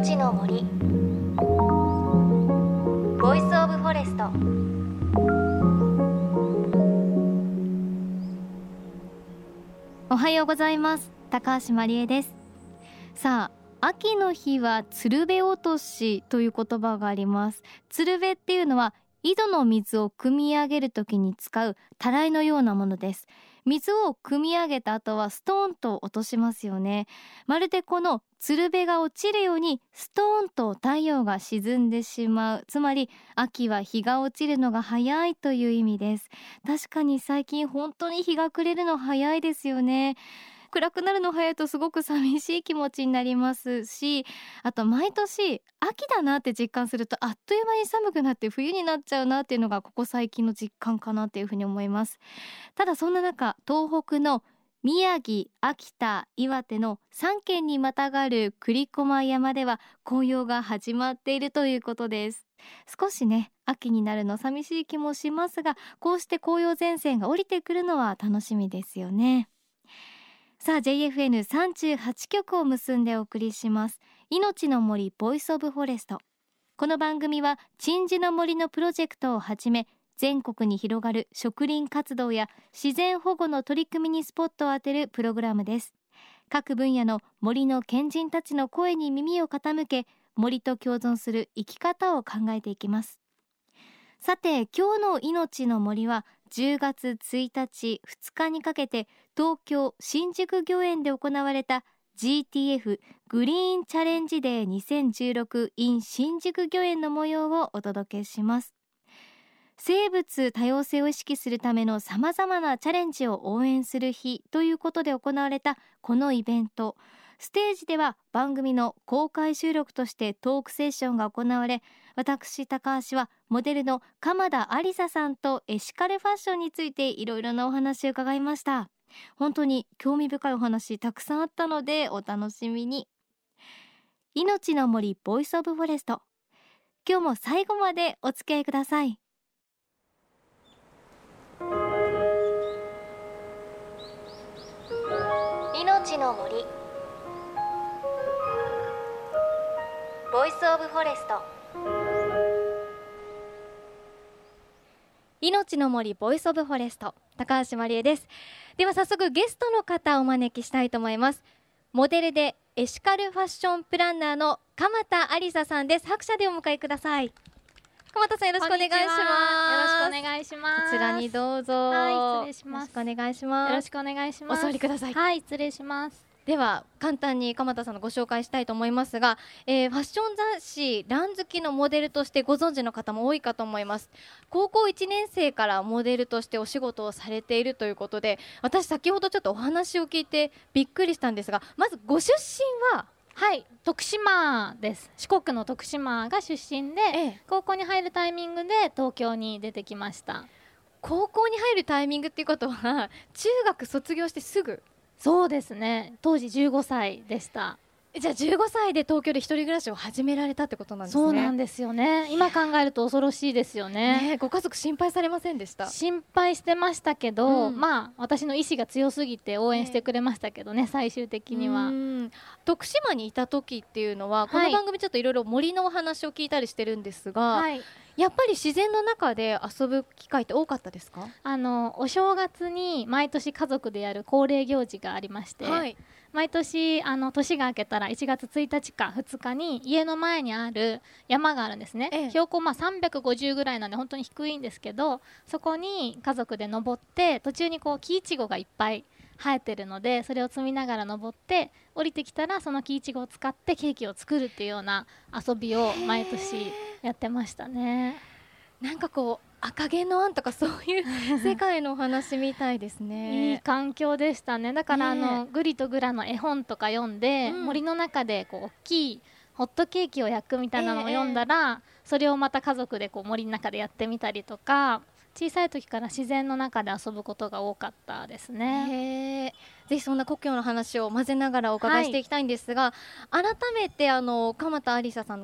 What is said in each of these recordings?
命の森ボイスオブフォレスト。おはようございます。高橋真理恵です。さあ、秋の日は鶴瓶落としという言葉があります。鶴瓶っていうのは井戸の水を汲み上げるときに使うたらいのようなものです。水を汲み上げた後はストーンと落としますよね。まるでこの鶴瓶が落ちるようにストーンと太陽が沈んでしまう。つまり秋は日が落ちるのが早いという意味です。確かに最近本当に日が暮れるの早いですよね。暗くなるの早いとすごく寂しい気持ちになりますし、あと毎年秋だなって実感するとあっという間に寒くなって冬になっちゃうなっていうのがここ最近の実感かなというふうに思います。ただそんな中、東北の宮城、秋田、岩手の3県にまたがる栗駒山では紅葉が始まっているということです。少しね、秋になるの寂しい気もしますが、こうして紅葉前線が降りてくるのは楽しみですよね。さあ JFN38 局を結んでお送りします命の森ボイスオブフォレスト。この番組は鎮守の森のプロジェクトをはじめ、全国に広がる植林活動や自然保護の取り組みにスポットを当てるプログラムです。各分野の森の賢人たちの声に耳を傾け、森と共存する生き方を考えていきます。さて、今日の命の森は10月1日2日にかけて東京新宿御苑で行われた GTF グリーンチャレンジデー2016 in 新宿御苑の模様をお届けします。生物多様性を意識するためのさまざまなチャレンジを応援する日ということで行われたこのイベント、ステージでは番組の公開収録としてトークセッションが行われ、私高橋はモデルの鎌田有沙さんとエシカルファッションについていろいろなお話を伺いました。本当に興味深いお話たくさんあったのでお楽しみに。命の森ボイスオブフォレスト、今日も最後までお付き合いください。命の森ボイスオブフォレスト。命の森ボイスオブフォレスト、高橋真理恵です。では早速ゲストの方をお招きしたいと思います。モデルでエシカルファッションプランナーの鎌田有沙さんです。拍手でお迎えください。鎌田さん、よろしくお願いします。 よろしくお願いします。 こちらにどうぞ。 はい、失礼します。 よろしくお願いします。 よろしくお願いします。 お座りください。 はい、失礼します。 では簡単に鎌田さんのご紹介したいと思いますが、ファッション雑誌ラン好きのモデルとしてご存知の方も多いかと思います。高校1年生からモデルとしてお仕事をされているということで、私先ほどちょっとお話を聞いてびっくりしたんですが、まずご出身は？ はい、徳島です。四国の徳島が出身で、高校に入るタイミングで東京に出てきました。 高校に入るタイミングっていうことは中学卒業してすぐ？ そうですね、当時15歳でした。 じゃあ15歳で東京で一人暮らしを始められたってことなんですね。 そうなんですよね。今考えると恐ろしいですよね。 ご家族心配されませんでした？ 心配してましたけど、まあ私の意志が強すぎて応援してくれましたけどね、最終的には。 徳島にいた時っていうのは、この番組ちょっといろいろ森のお話を聞いたりしてるんですが、やっぱり自然の中で遊ぶ機会って多かったですか？ お正月に毎年家族でやる恒例行事がありまして、毎年年が明けたら1月1日か2日に家の前にある山があるんですね。標高350ぐらいなんで本当に低いんですけど、そこに家族で登って、途中にこう木いちごがいっぱい生えてるので、それを摘みながら登って降りてきたらその木いちごを使ってケーキを作るっていうような遊びを毎年やってましたね。 なんかこう赤毛のアンとかそういう世界のお話みたいですね。 いい環境でしたね。だからグリとグラの絵本とか読んで、森の中でこう大きいホットケーキを焼くみたいなのを読んだら、それをまた家族でこう森の中でやってみたりとか、小さい時から自然の中で遊ぶことが多かったですね。 ぜひそんな故郷の話を混ぜながらお伺いしていきたいんですが、改めて鎌田有沙さんが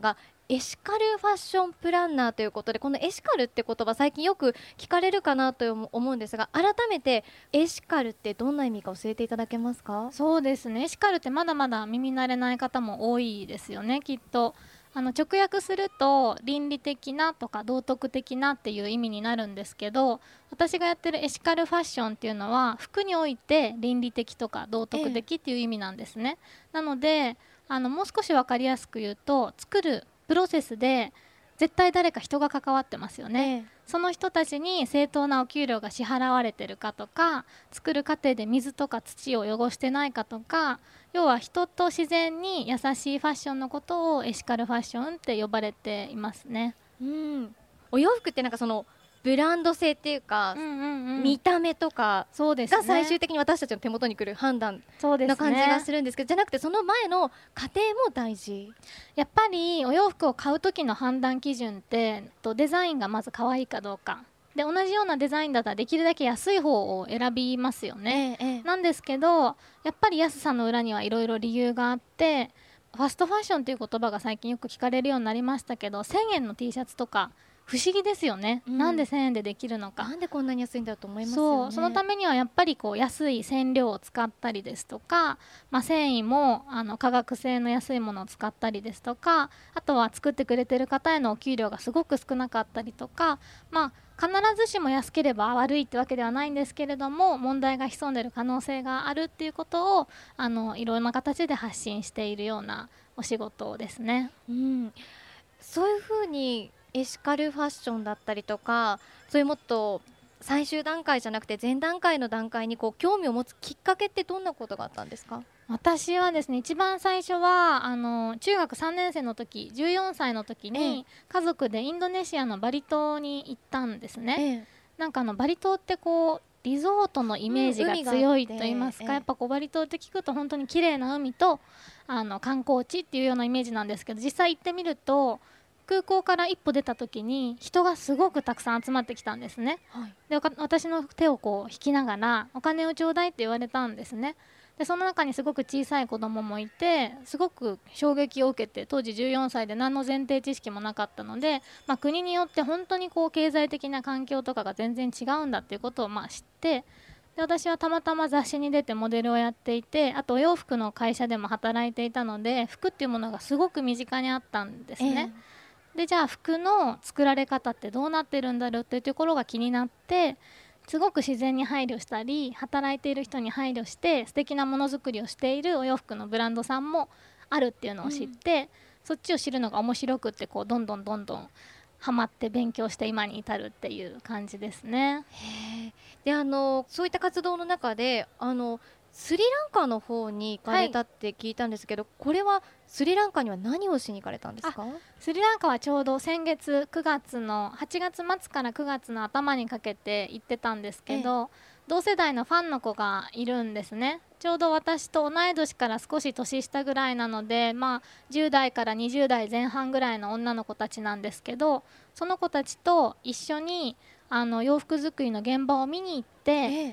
エシカルファッションプランナーということで、このエシカルって言葉最近よく聞かれるかなと思うんですが、改めてエシカルってどんな意味か教えていただけますか？ そうですね、エシカルってまだまだ耳慣れない方も多いですよね、きっと。直訳すると倫理的なとか道徳的なっていう意味になるんですけど、私がやってるエシカルファッションっていうのは服において倫理的とか道徳的っていう意味なんですね。なのでもう少し分かりやすく言うと、作るプロセスで絶対誰か人が関わってますよね、その人たちに正当なお給料が支払われてるかとか、作る過程で水とか土を汚してないかとか、要は人と自然に優しいファッションのことをエシカルファッションって呼ばれていますね。 お洋服ってなんかそのブランド性っていうか、見た目とかが最終的に私たちの手元に来る判断な感じがするんですけど、じゃなくてその前の過程も大事。 やっぱりお洋服を買う時の判断基準ってデザインがまず可愛いかどうかで、同じようなデザインだったらできるだけ安い方を選びますよね、なんですけど、やっぱり安さの裏にはいろいろ理由があって、ファストファッションという言葉が最近よく聞かれるようになりましたけど、1000円の T シャツとか不思議ですよね、なんで1000円でできるのか、 なんでこんなに安いんだと思いますよね。 そのためにはやっぱり安い染料を使ったりですとか、繊維も化学性の安いものを使ったりですとか、あとは作ってくれてる方へのお給料がすごく少なかったりとか、必ずしも安ければ悪いってわけではないんですけれども、問題が潜んでいる可能性があるっていうことをいろんな形で発信しているようなお仕事ですね。 そういうふうにエシカルファッションだったりとか、そういうもっと最終段階じゃなくて前段階の段階に興味を持つきっかけってどんなことがあったんですか？ 私はですね、一番最初は中学3年生の時、14歳の時に家族でインドネシアのバリ島に行ったんですね、なんかバリ島ってリゾートのイメージが強いと言いますか、やっぱバリ島って聞くと本当に綺麗な海と観光地っていうようなイメージなんですけど、実際行ってみると空港から一歩出た時に人がすごくたくさん集まってきたんですね、で私の手を引きながらお金をちょうだいって言われたんですね。でその中にすごく小さい子供もいて、すごく衝撃を受けて、当時14歳で何の前提知識もなかったので、国によって本当に経済的な環境とかが全然違うんだっていうことを知って、で私はたまたま雑誌に出てモデルをやっていて、あとお洋服の会社でも働いていたので、服っていうものがすごく身近にあったんですね、でじゃあ服の作られ方ってどうなってるんだろうっていうところが気になって、すごく自然に配慮したり働いている人に配慮して素敵なものづくりをしているお洋服のブランドさんもあるっていうのを知って、そっちを知るのが面白くってどんどんハマって勉強して今に至るっていう感じですね。 でそういった活動の中でスリランカの方に行かれたって聞いたんですけど、これはスリランカには何をしに行かれたんですか？ スリランカはちょうど先月9月の8月末から9月の頭にかけて行ってたんですけど、同世代のファンの子がいるんですね。ちょうど私と同い年から少し年下ぐらいなので、10代から20代前半ぐらいの女の子たちなんですけど、その子たちと一緒に洋服作りの現場を見に行って、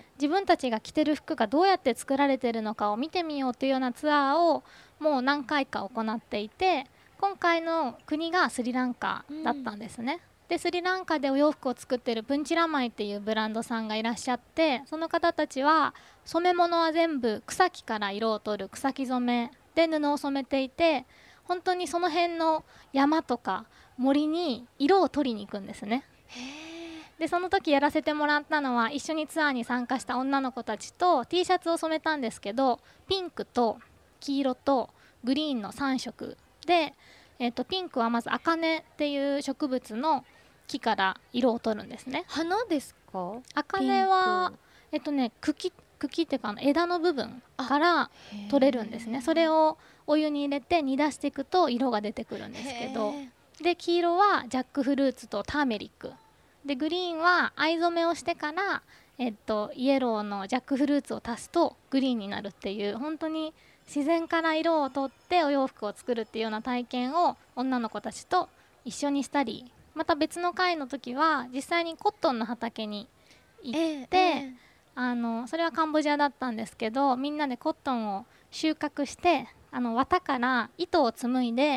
自分たちが着てる服がどうやって作られてるのかを見てみようというようなツアーをもう何回か行っていて、今回の国がスリランカだったんですね、でスリランカでお洋服を作ってるプンチラマイっていうブランドさんがいらっしゃって、その方たちは染め物は全部草木から色を取る草木染めで布を染めていて、本当にその辺の山とか森に色を取りに行くんですね。でその時やらせてもらったのは、一緒にツアーに参加した女の子たちと T シャツを染めたんですけど、ピンクと黄色とグリーンの3色で、ピンクはまずアカネっていう植物の木から色を取るんですね。 花ですか？ アカネは茎っていうか枝の部分から取れるんですね。それをお湯に入れて煮出していくと色が出てくるんですけど、で黄色はジャックフルーツとターメリックで、グリーンは藍染めをしてから、イエローのジャックフルーツを足すとグリーンになるっていう、本当に自然から色をとってお洋服を作るっていうような体験を女の子たちと一緒にしたり、また別の回の時は実際にコットンの畑に行って、それはカンボジアだったんですけど、みんなでコットンを収穫して綿から糸を紡いで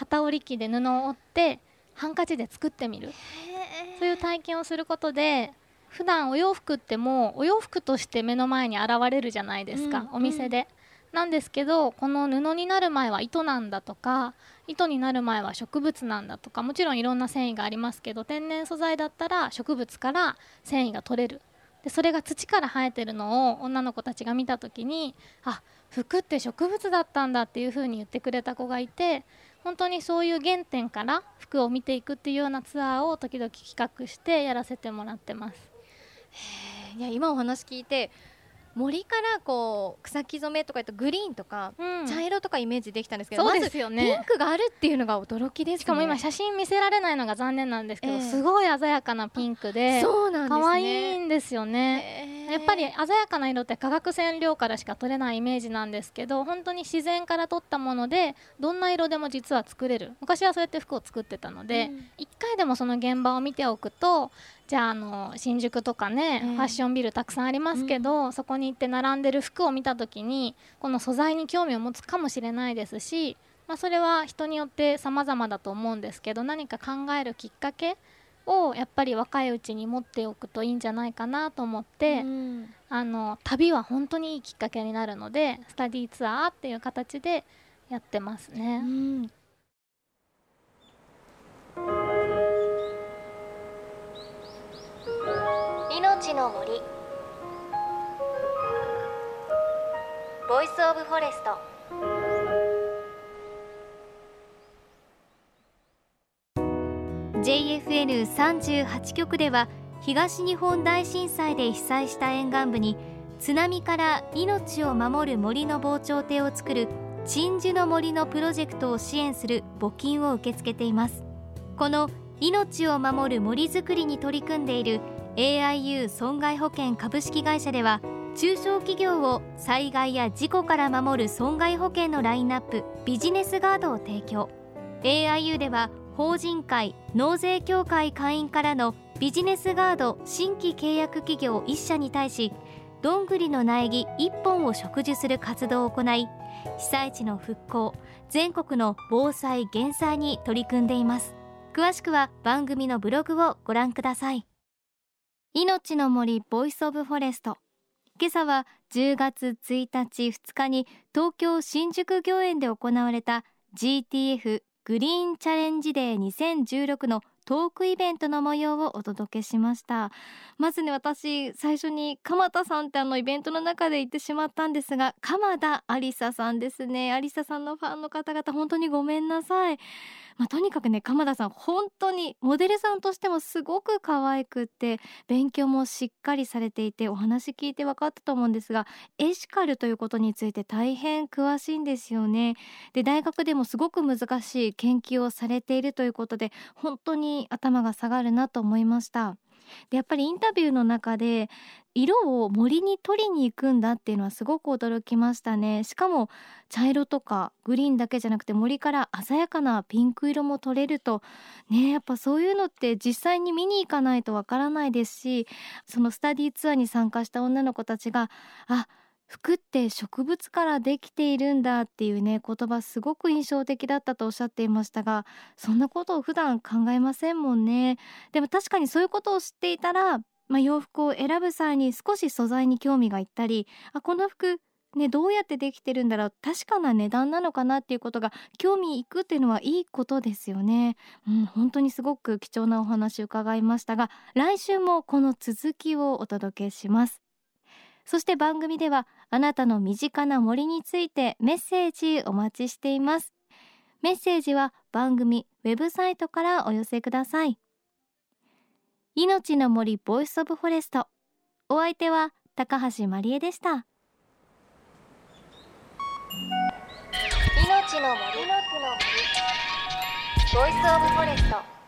機織り機で布を織ってハンカチで作ってみる、そういう体験をすることで、普段お洋服ってもうお洋服として目の前に現れるじゃないですか、お店で、なんですけど、この布になる前は糸なんだとか、糸になる前は植物なんだとか、もちろんいろんな繊維がありますけど、天然素材だったら植物から繊維が取れる。でそれが土から生えてるのを女の子たちが見た時に、あ、服って植物だったんだっていう風に言ってくれた子がいて、本当にそういう原点から服を見ていくっていうようなツアーを時々企画してやらせてもらってます。 いや、今お話聞いて、森からこう草木染めとか言うとグリーンとか、茶色とかイメージできたんですけど、 そうですよね、 まずピンクがあるっていうのが驚きですね。 しかも今写真見せられないのが残念なんですけど、すごい鮮やかなピンクで、 そうなんですね、 可愛いんですよね。やっぱり鮮やかな色って化学染料からしか取れないイメージなんですけど、本当に自然から取ったものでどんな色でも実は作れる。昔はそうやって服を作ってたので、一回でもその現場を見ておくと、じゃあ新宿とかね、ファッションビルたくさんありますけど、そこに行って並んでる服を見た時にこの素材に興味を持つかもしれないですし、それは人によって様々だと思うんですけど、何か考えるきっかけをやっぱり若いうちに持っておくといいんじゃないかなと思って、旅は本当にいいきっかけになるので、スタディツアーっていう形でやってますね。 命の森、ボイスオブフォレスト。JFN38 局では、東日本大震災で被災した沿岸部に津波から命を守る森の防潮堤を作る鎮守の森のプロジェクトを支援する募金を受け付けています。この命を守る森づくりに取り組んでいる AIU 損害保険株式会社では、中小企業を災害や事故から守る損害保険のラインナップ、ビジネスガードを提供。 AIU では法人会、納税協会会員からのビジネスガード新規契約企業1社に対し、どんぐりの苗木1本を植樹する活動を行い、被災地の復興、全国の防災減災に取り組んでいます。詳しくは番組のブログをご覧ください。命の森ボイスオブフォレスト、今朝は10月1日2日に東京新宿御苑で行われた GTF グリーンチャレンジデー2016のトークイベントの模様をお届けしました。まずね、私最初に鎌田さんってイベントの中で言ってしまったんですが、鎌田ありささんですね。ありささんのファンの方々、本当にごめんなさい。とにかくね、鎌田さん本当にモデルさんとしてもすごく可愛くって、勉強もしっかりされていて、お話聞いて分かったと思うんですが、エシカルということについて大変詳しいんですよね。で、大学でもすごく難しい研究をされているということで、本当に頭が下がるなと思いました。で、やっぱりインタビューの中で色を森に取りに行くんだっていうのはすごく驚きましたね。しかも茶色とかグリーンだけじゃなくて、森から鮮やかなピンク色も取れるとね、やっぱそういうのって実際に見に行かないとわからないですし、そのスタディツアーに参加した女の子たちが、服って植物からできているんだっていうね、言葉すごく印象的だったとおっしゃっていましたが、そんなことを普段考えませんもんね。でも確かにそういうことを知っていたら、洋服を選ぶ際に少し素材に興味がいったり、この服ね、どうやってできてるんだろう、確かな値段なのかなっていうことが興味いくっていうのはいいことですよね。本当にすごく貴重なお話を伺いましたが、来週もこの続きをお届けします。そして番組では、あなたの身近な森についてメッセージお待ちしています。メッセージは番組ウェブサイトからお寄せください。命の森ボイスオブフォレスト、お相手は高橋まりえでした。命の森ボイスオブフォレスト。